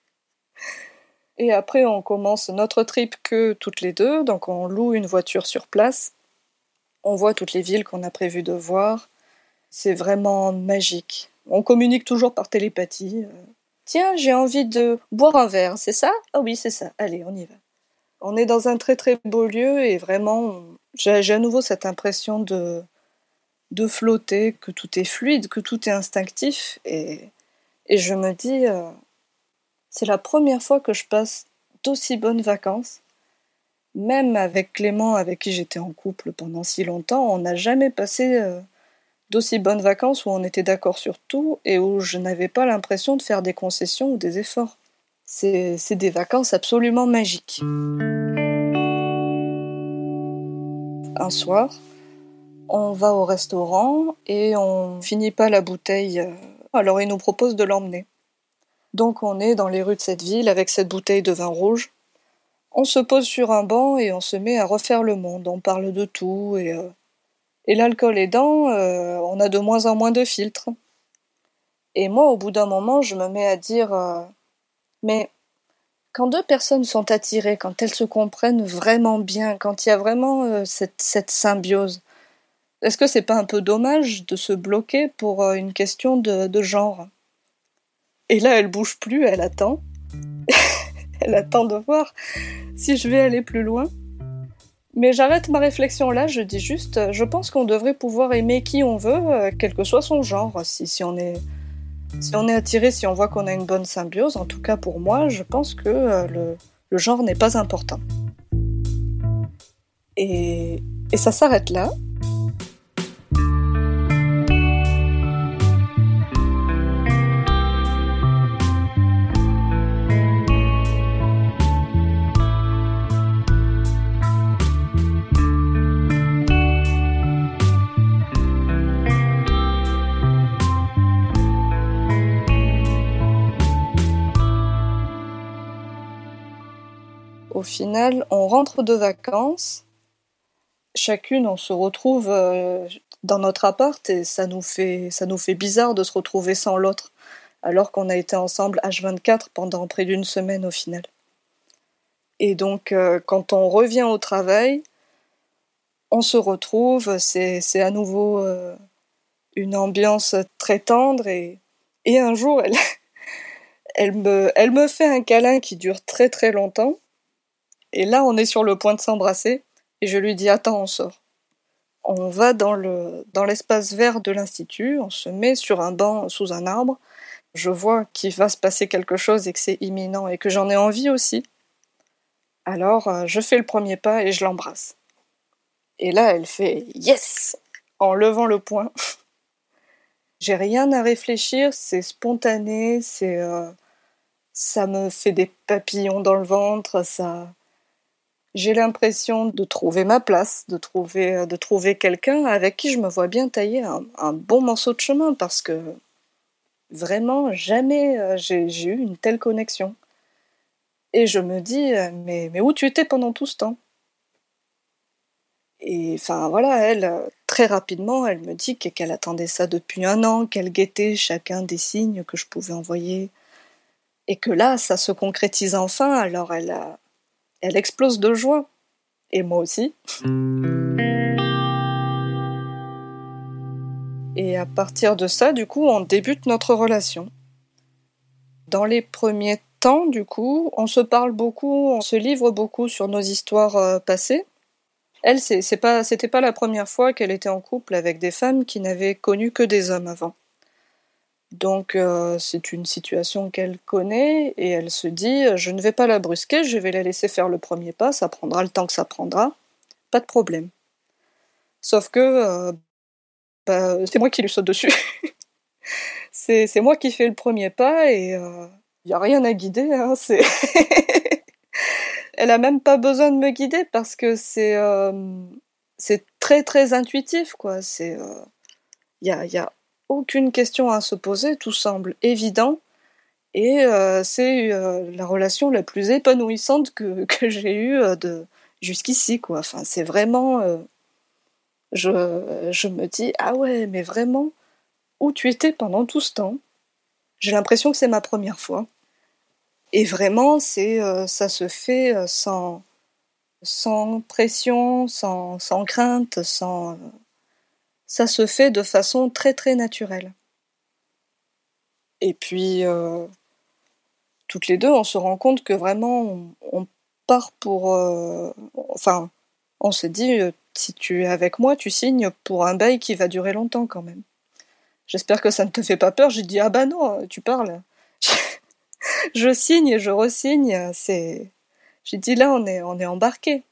Et après, on commence notre trip que toutes les deux, donc on loue une voiture sur place, on voit toutes les villes qu'on a prévu de voir, c'est vraiment magique. On communique toujours par télépathie. Tiens, j'ai envie de boire un verre, c'est ça ? Ah oui, c'est ça, allez, on y va. On est dans un très très beau lieu et vraiment, j'ai, j'ai à nouveau cette impression de, de flotter, que tout est fluide, que tout est instinctif. Et, et je me dis, euh, c'est la première fois que je passe d'aussi bonnes vacances. Même avec Clément, avec qui j'étais en couple pendant si longtemps, on n'a jamais passé euh, d'aussi bonnes vacances où on était d'accord sur tout et où je n'avais pas l'impression de faire des concessions ou des efforts. C'est, c'est des vacances absolument magiques. Un soir, on va au restaurant et on finit pas la bouteille, alors il nous propose de l'emmener. Donc on est dans les rues de cette ville avec cette bouteille de vin rouge. On se pose sur un banc et on se met à refaire le monde. On parle de tout et, euh, Et l'alcool aidant, euh, on a de moins en moins de filtres. Et moi, au bout d'un moment, je me mets à dire euh, mais quand deux personnes sont attirées, quand elles se comprennent vraiment bien, quand il y a vraiment euh, cette, cette symbiose, est-ce que c'est pas un peu dommage de se bloquer pour euh, une question de, de genre? Et là, elle bouge plus, elle attend. Elle attend de voir si je vais aller plus loin. Mais j'arrête ma réflexion là, je dis juste, euh, je pense qu'on devrait pouvoir aimer qui on veut, euh, quel que soit son genre. Si, si, on est, si on est attiré, si on voit qu'on a une bonne symbiose, en tout cas pour moi, je pense que euh, le, le genre n'est pas important. Et, et ça s'arrête là. Au final, on rentre de vacances, chacune on se retrouve euh, dans notre appart et ça nous fait, ça nous fait bizarre de se retrouver sans l'autre, alors qu'on a été ensemble H vingt-quatre pendant près d'une semaine au final. Et donc euh, quand on revient au travail, on se retrouve, c'est, c'est à nouveau euh, une ambiance très tendre et, et un jour elle, elle, me, elle me fait un câlin qui dure très très longtemps. Et là, on est sur le point de s'embrasser, et je lui dis « Attends, on sort ». On va dans, le, dans l'espace vert de l'institut, on se met sur un banc sous un arbre. Je vois qu'il va se passer quelque chose et que c'est imminent, et que j'en ai envie aussi. Alors, euh, je fais le premier pas et je l'embrasse. Et là, elle fait « Yes !» en levant le poing. J'ai rien à réfléchir, c'est spontané, c'est, euh, ça me fait des papillons dans le ventre, ça... J'ai l'impression de trouver ma place, de trouver, de trouver quelqu'un avec qui je me vois bien tailler un, un bon morceau de chemin, parce que vraiment, jamais euh, j'ai, j'ai eu une telle connexion. Et je me dis, euh, mais, mais où tu étais pendant tout ce temps? Et enfin voilà, elle, euh, très rapidement, elle me dit qu'elle attendait ça depuis un an, qu'elle guettait chacun des signes que je pouvais envoyer. Et que là, ça se concrétise enfin, alors elle a... Elle explose de joie. Et moi aussi. Et à partir de ça, du coup, on débute notre relation. Dans les premiers temps, du coup, on se parle beaucoup, on se livre beaucoup sur nos histoires euh, passées. Elle, c'est, c'est pas, c'était pas la première fois qu'elle était en couple avec des femmes qui n'avaient connu que des hommes avant. Donc euh, c'est une situation qu'elle connaît et elle se dit « je ne vais pas la brusquer, je vais la laisser faire le premier pas, ça prendra le temps que ça prendra, pas de problème ». Sauf que euh, bah, c'est moi qui lui saute dessus. c'est, c'est moi qui fais le premier pas et il euh, n'y a rien à guider. Hein, c'est elle a même pas besoin de me guider parce que c'est, euh, c'est très très intuitif, quoi. C'est, euh, y a, y a aucune question à se poser, tout semble évident, et euh, c'est euh, la relation la plus épanouissante que, que j'ai eue euh, de, jusqu'ici, quoi. Enfin, c'est vraiment... Euh, je, je me dis, ah ouais, mais vraiment, où tu étais pendant tout ce temps? J'ai l'impression que c'est ma première fois. Et vraiment, c'est, euh, ça se fait euh, sans, sans pression, sans, sans crainte, sans... ça se fait de façon très très naturelle. Et puis, euh, toutes les deux, on se rend compte que vraiment, on, on part pour... Euh, enfin, on se dit, euh, si tu es avec moi, tu signes pour un bail qui va durer longtemps quand même. J'espère que ça ne te fait pas peur. J'ai dit, ah bah non, tu parles. Je signe et je resigne. C'est... J'ai dit, là, on est, on est embarqués.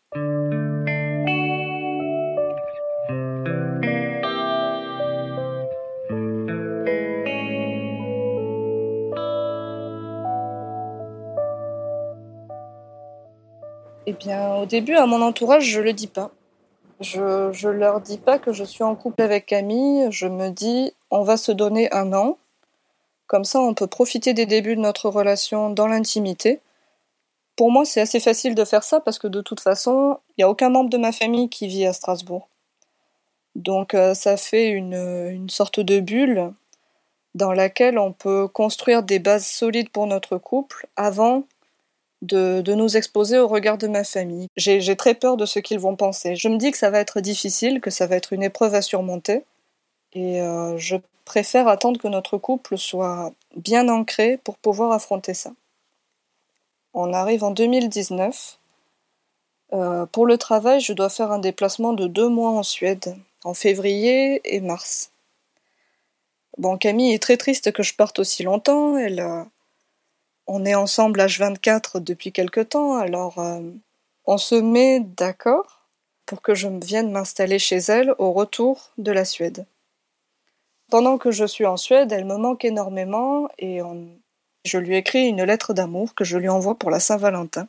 Eh bien, au début, à mon entourage, je le dis pas. Je, je leur dis pas que je suis en couple avec Camille. Je me dis, on va se donner un an. Comme ça, on peut profiter des débuts de notre relation dans l'intimité. Pour moi, c'est assez facile de faire ça parce que de toute façon, il n'y a aucun membre de ma famille qui vit à Strasbourg. Donc euh, ça fait une, une sorte de bulle dans laquelle on peut construire des bases solides pour notre couple avant de, de nous exposer au regard de ma famille. J'ai, j'ai très peur de ce qu'ils vont penser. Je me dis que ça va être difficile, que ça va être une épreuve à surmonter, et euh, je préfère attendre que notre couple soit bien ancré pour pouvoir affronter ça. On arrive en deux mille dix-neuf. Euh, pour le travail, je dois faire un déplacement de deux mois en Suède, en février et mars. Bon, Camille est très triste que je parte aussi longtemps. Elle, euh, on est ensemble H vingt-quatre depuis quelque temps, alors euh, on se met d'accord pour que je vienne m'installer chez elle au retour de la Suède. Pendant que je suis en Suède, elle me manque énormément et on... je lui écris une lettre d'amour que je lui envoie pour la Saint-Valentin.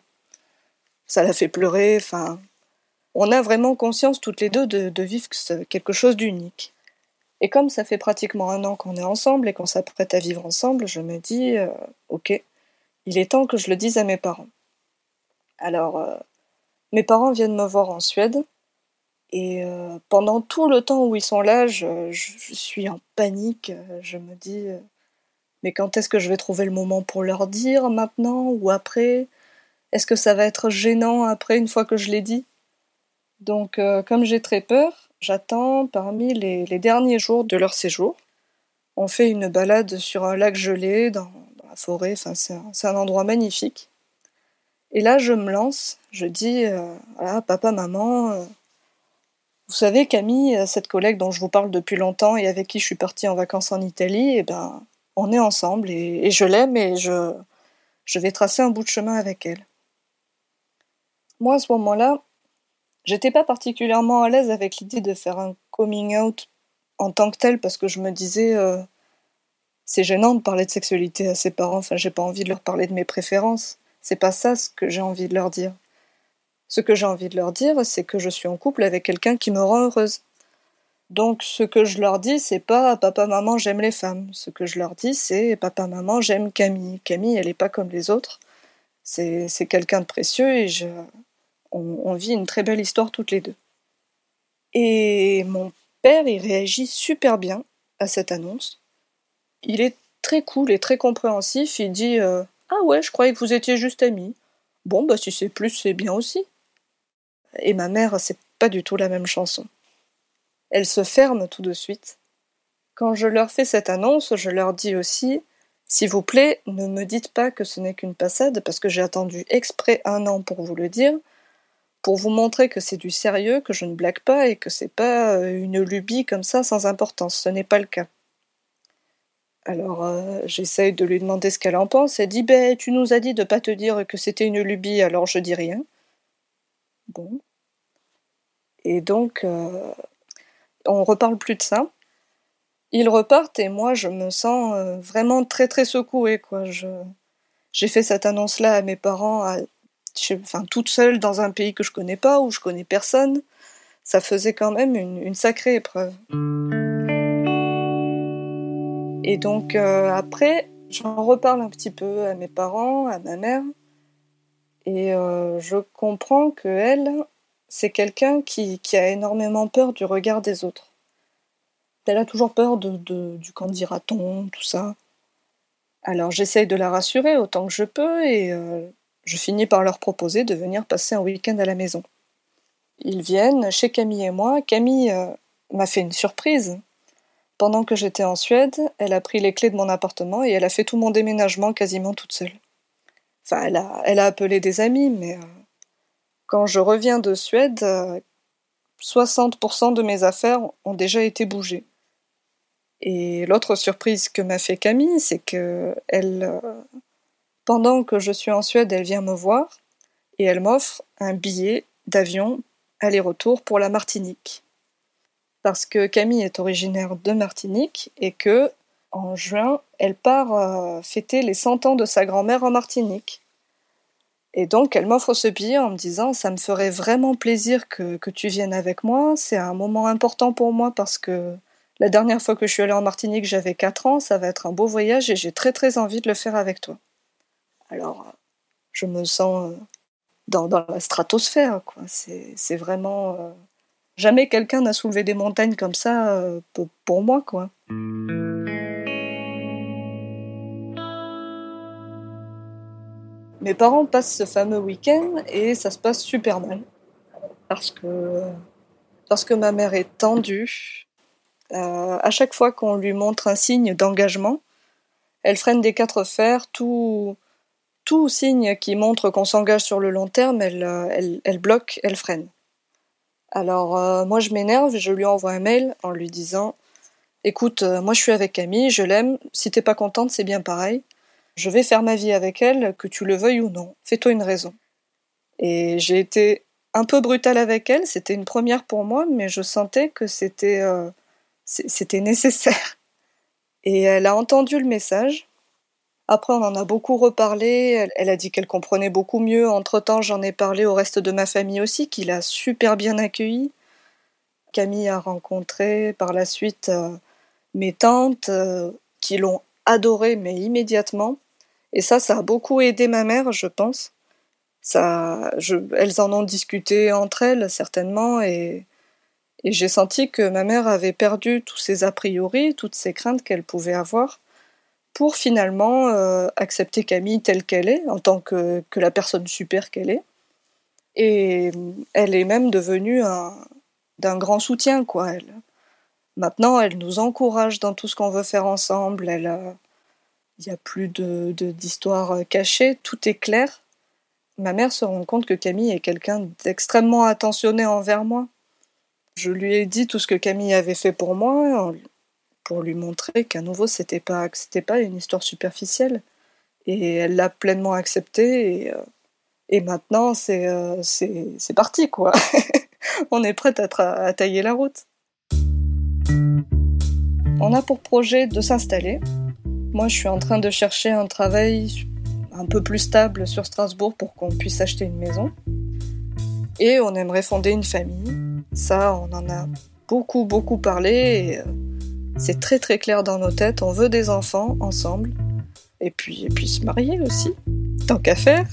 Ça la fait pleurer, enfin... On a vraiment conscience toutes les deux de, de vivre quelque chose d'unique. Et comme ça fait pratiquement un an qu'on est ensemble et qu'on s'apprête à vivre ensemble, je me dis, euh, ok, il est temps que je le dise à mes parents. Alors, euh, mes parents viennent me voir en Suède, et euh, pendant tout le temps où ils sont là, je, je, je suis en panique. Je me dis, euh, mais quand est-ce que je vais trouver le moment pour leur dire, maintenant ou après ? Est-ce que ça va être gênant après, une fois que je l'ai dit ? Donc, euh, comme j'ai très peur, j'attends parmi les, les derniers jours de leur séjour. On fait une balade sur un lac gelé, dans, dans la forêt, enfin, c'est, un, c'est un endroit magnifique. Et là, je me lance, je dis, euh, voilà, papa, maman, euh, vous savez, Camille, cette collègue dont je vous parle depuis longtemps et avec qui je suis partie en vacances en Italie, eh ben, on est ensemble et, et je l'aime et je, je vais tracer un bout de chemin avec elle. Moi, à ce moment-là, j'étais pas particulièrement à l'aise avec l'idée de faire un coming out en tant que tel, parce que je me disais, euh, c'est gênant de parler de sexualité à ses parents, enfin j'ai pas envie de leur parler de mes préférences, c'est pas ça ce que j'ai envie de leur dire. Ce que j'ai envie de leur dire, c'est que je suis en couple avec quelqu'un qui me rend heureuse. Donc ce que je leur dis, c'est pas papa, maman, j'aime les femmes. Ce que je leur dis, c'est papa, maman, j'aime Camille. Camille, elle est pas comme les autres, c'est, c'est quelqu'un de précieux et je... On, on vit une très belle histoire toutes les deux. Et mon père, il réagit super bien à cette annonce. Il est très cool et très compréhensif. Il dit euh, « Ah ouais, je croyais que vous étiez juste amis. Bon, bah si c'est plus, c'est bien aussi. » Et ma mère, c'est pas du tout la même chanson. Elle se ferme tout de suite. Quand je leur fais cette annonce, je leur dis aussi « S'il vous plaît, ne me dites pas que ce n'est qu'une passade, parce que j'ai attendu exprès un an pour vous le dire, pour vous montrer que c'est du sérieux, que je ne blague pas et que c'est pas une lubie comme ça sans importance. Ce n'est pas le cas. » Alors, euh, j'essaye de lui demander ce qu'elle en pense. Elle dit, ben, tu nous as dit de pas te dire que c'était une lubie, alors je dis rien. Bon. Et donc, euh, on reparle plus de ça. Ils repartent et moi, je me sens euh, vraiment très très secouée, quoi. Je, j'ai fait cette annonce-là à mes parents, à, enfin, toute seule dans un pays que je connais pas, où je connais personne. Ça faisait quand même une, une sacrée épreuve. Et donc, euh, après, j'en reparle un petit peu à mes parents, à ma mère, et euh, je comprends qu'elle, c'est quelqu'un qui, qui a énormément peur du regard des autres. Elle a toujours peur de, de, du qu'en dira-t-on, tout ça. Alors j'essaye de la rassurer autant que je peux, et euh, je finis par leur proposer de venir passer un week-end à la maison. Ils viennent chez Camille et moi. Camille euh, m'a fait une surprise. Pendant que j'étais en Suède, elle a pris les clés de mon appartement et elle a fait tout mon déménagement quasiment toute seule. Enfin, elle a, elle a appelé des amis, mais euh, quand je reviens de Suède, euh, soixante pour cent de mes affaires ont déjà été bougées. Et l'autre surprise que m'a fait Camille, c'est que elle, euh, pendant que je suis en Suède, elle vient me voir et elle m'offre un billet d'avion aller-retour pour la Martinique. Parce que Camille est originaire de Martinique et que, en juin, elle part euh, fêter les cent ans de sa grand-mère en Martinique. Et donc, elle m'offre ce billet en me disant « Ça me ferait vraiment plaisir que, que tu viennes avec moi, c'est un moment important pour moi parce que la dernière fois que je suis allée en Martinique, j'avais quatre ans, ça va être un beau voyage et j'ai très très envie de le faire avec toi. » Alors, je me sens dans, dans la stratosphère, quoi. C'est, c'est vraiment... Euh, jamais quelqu'un n'a soulevé des montagnes comme ça euh, pour, pour moi, quoi. Mes parents passent ce fameux week-end et ça se passe super mal. Parce que, parce que ma mère est tendue. Euh, à chaque fois qu'on lui montre un signe d'engagement, elle freine des quatre fers. Tout, tout signe qui montre qu'on s'engage sur le long terme, elle, euh, elle, elle bloque, elle freine. Alors euh, moi je m'énerve, je lui envoie un mail en lui disant « Écoute, euh, moi je suis avec Camille, je l'aime, si t'es pas contente c'est bien pareil. Je vais faire ma vie avec elle, que tu le veuilles ou non. Fais-toi une raison. » Et j'ai été un peu brutale avec elle, c'était une première pour moi, mais je sentais que c'était, euh, c'était nécessaire. Et elle a entendu le message. Après, on en a beaucoup reparlé. Elle, elle a dit qu'elle comprenait beaucoup mieux. Entre-temps, j'en ai parlé au reste de ma famille aussi, qui l'a super bien accueillie. Camille a rencontré par la suite euh, mes tantes, euh, qui l'ont adorée, mais immédiatement. Et ça, ça a beaucoup aidé ma mère, je pense. Ça, je, elles en ont discuté entre elles, certainement, et, et j'ai senti que ma mère avait perdu tous ses a priori, toutes ses craintes qu'elle pouvait avoir, pour finalement euh, accepter Camille telle qu'elle est, en tant que, que la personne super qu'elle est. Et elle est même devenue un, d'un grand soutien, quoi. Elle, maintenant, elle nous encourage dans tout ce qu'on veut faire ensemble. Elle, euh, il n'y a plus de, de, d'histoires cachées, tout est clair. Ma mère se rend compte que Camille est quelqu'un d'extrêmement attentionné envers moi. Je lui ai dit tout ce que Camille avait fait pour moi, pour lui montrer qu'à nouveau, c'était pas, que c'était pas une histoire superficielle. Et elle l'a pleinement accepté, et, euh, et maintenant, c'est, euh, c'est, c'est parti, quoi. On est prête à, tra- à tailler la route. On a pour projet de s'installer. Moi, je suis en train de chercher un travail un peu plus stable sur Strasbourg pour qu'on puisse acheter une maison. Et on aimerait fonder une famille. Ça, on en a beaucoup, beaucoup parlé. Et, euh, c'est très, très clair dans nos têtes. On veut des enfants ensemble. Et puis, et puis se marier aussi. Tant qu'à faire.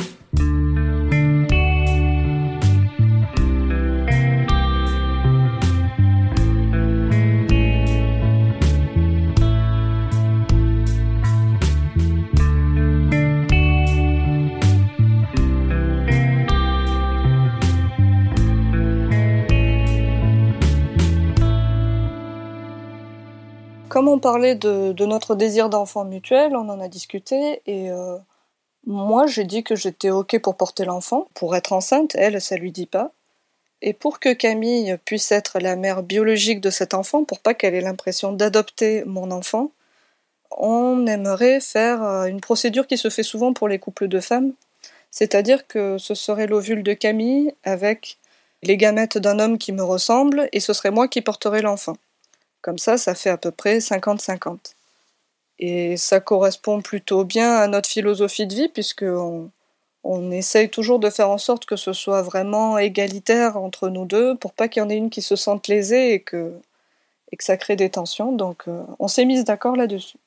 Comme on parlait de, de notre désir d'enfant mutuel, on en a discuté et euh, moi j'ai dit que j'étais ok pour porter l'enfant, pour être enceinte, elle ça lui dit pas. Et pour que Camille puisse être la mère biologique de cet enfant, pour pas qu'elle ait l'impression d'adopter mon enfant, on aimerait faire une procédure qui se fait souvent pour les couples de femmes, c'est-à-dire que ce serait l'ovule de Camille avec les gamètes d'un homme qui me ressemble et ce serait moi qui porterais l'enfant. Comme ça, ça fait à peu près cinquante cinquante. Et ça correspond plutôt bien à notre philosophie de vie, puisqu'on on essaye toujours de faire en sorte que ce soit vraiment égalitaire entre nous deux, pour pas qu'il y en ait une qui se sente lésée et que, et que ça crée des tensions. Donc euh, on s'est mis d'accord là-dessus.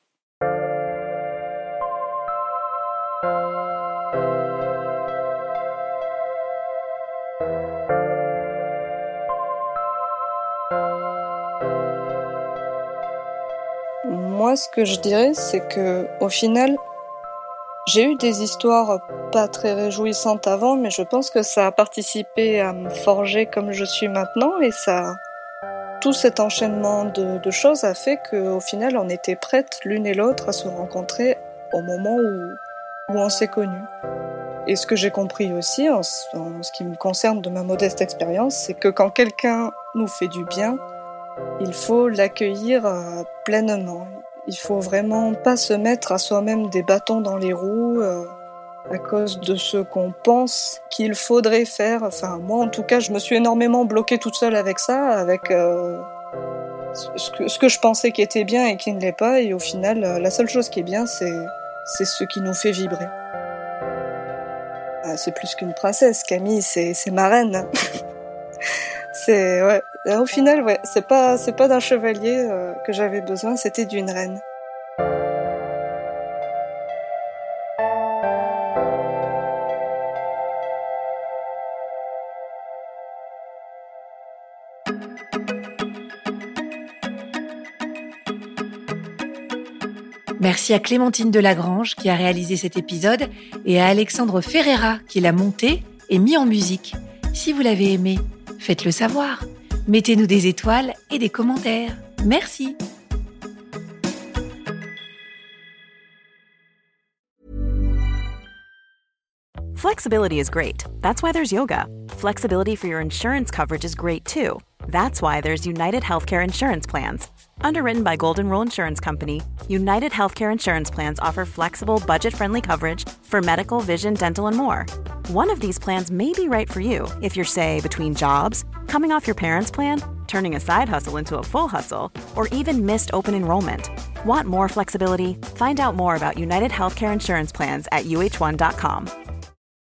Moi, ce que je dirais, c'est que, au final, j'ai eu des histoires pas très réjouissantes avant, mais je pense que ça a participé à me forger comme je suis maintenant, et ça, tout cet enchaînement de, de choses a fait qu'au final, on était prêtes l'une et l'autre à se rencontrer au moment où, où on s'est connus. Et ce que j'ai compris aussi, en, en ce qui me concerne de ma modeste expérience, c'est que quand quelqu'un nous fait du bien, il faut l'accueillir euh, pleinement. Il faut vraiment pas se mettre à soi-même des bâtons dans les roues euh, à cause de ce qu'on pense qu'il faudrait faire. Enfin, moi, en tout cas, je me suis énormément bloquée toute seule avec ça, avec euh, ce, que, ce que je pensais qui était bien et qui ne l'est pas. Et au final, euh, la seule chose qui est bien, c'est, c'est ce qui nous fait vibrer. Euh, c'est plus qu'une princesse. Camille, c'est, c'est ma reine. C'est ouais. Au final, ouais, c'est pas c'est pas d'un chevalier euh, que j'avais besoin, c'était d'une reine. Merci à Clémentine Delagrange qui a réalisé cet épisode et à Alexandre Ferreira qui l'a monté et mis en musique. Si vous l'avez aimé, faites-le savoir. Mettez-nous des étoiles et des commentaires. Merci. Flexibility is great. That's why there's yoga. Flexibility for your insurance coverage is great too. That's why there's United Healthcare Insurance Plans. Underwritten by Golden Rule Insurance Company, United Healthcare Insurance Plans offer flexible, budget-friendly coverage for medical, vision, dental, and more. One of these plans may be right for you if you're, say, between jobs, coming off your parents' plan, turning a side hustle into a full hustle, or even missed open enrollment. Want more flexibility? Find out more about United Healthcare Insurance Plans at U H one dot com.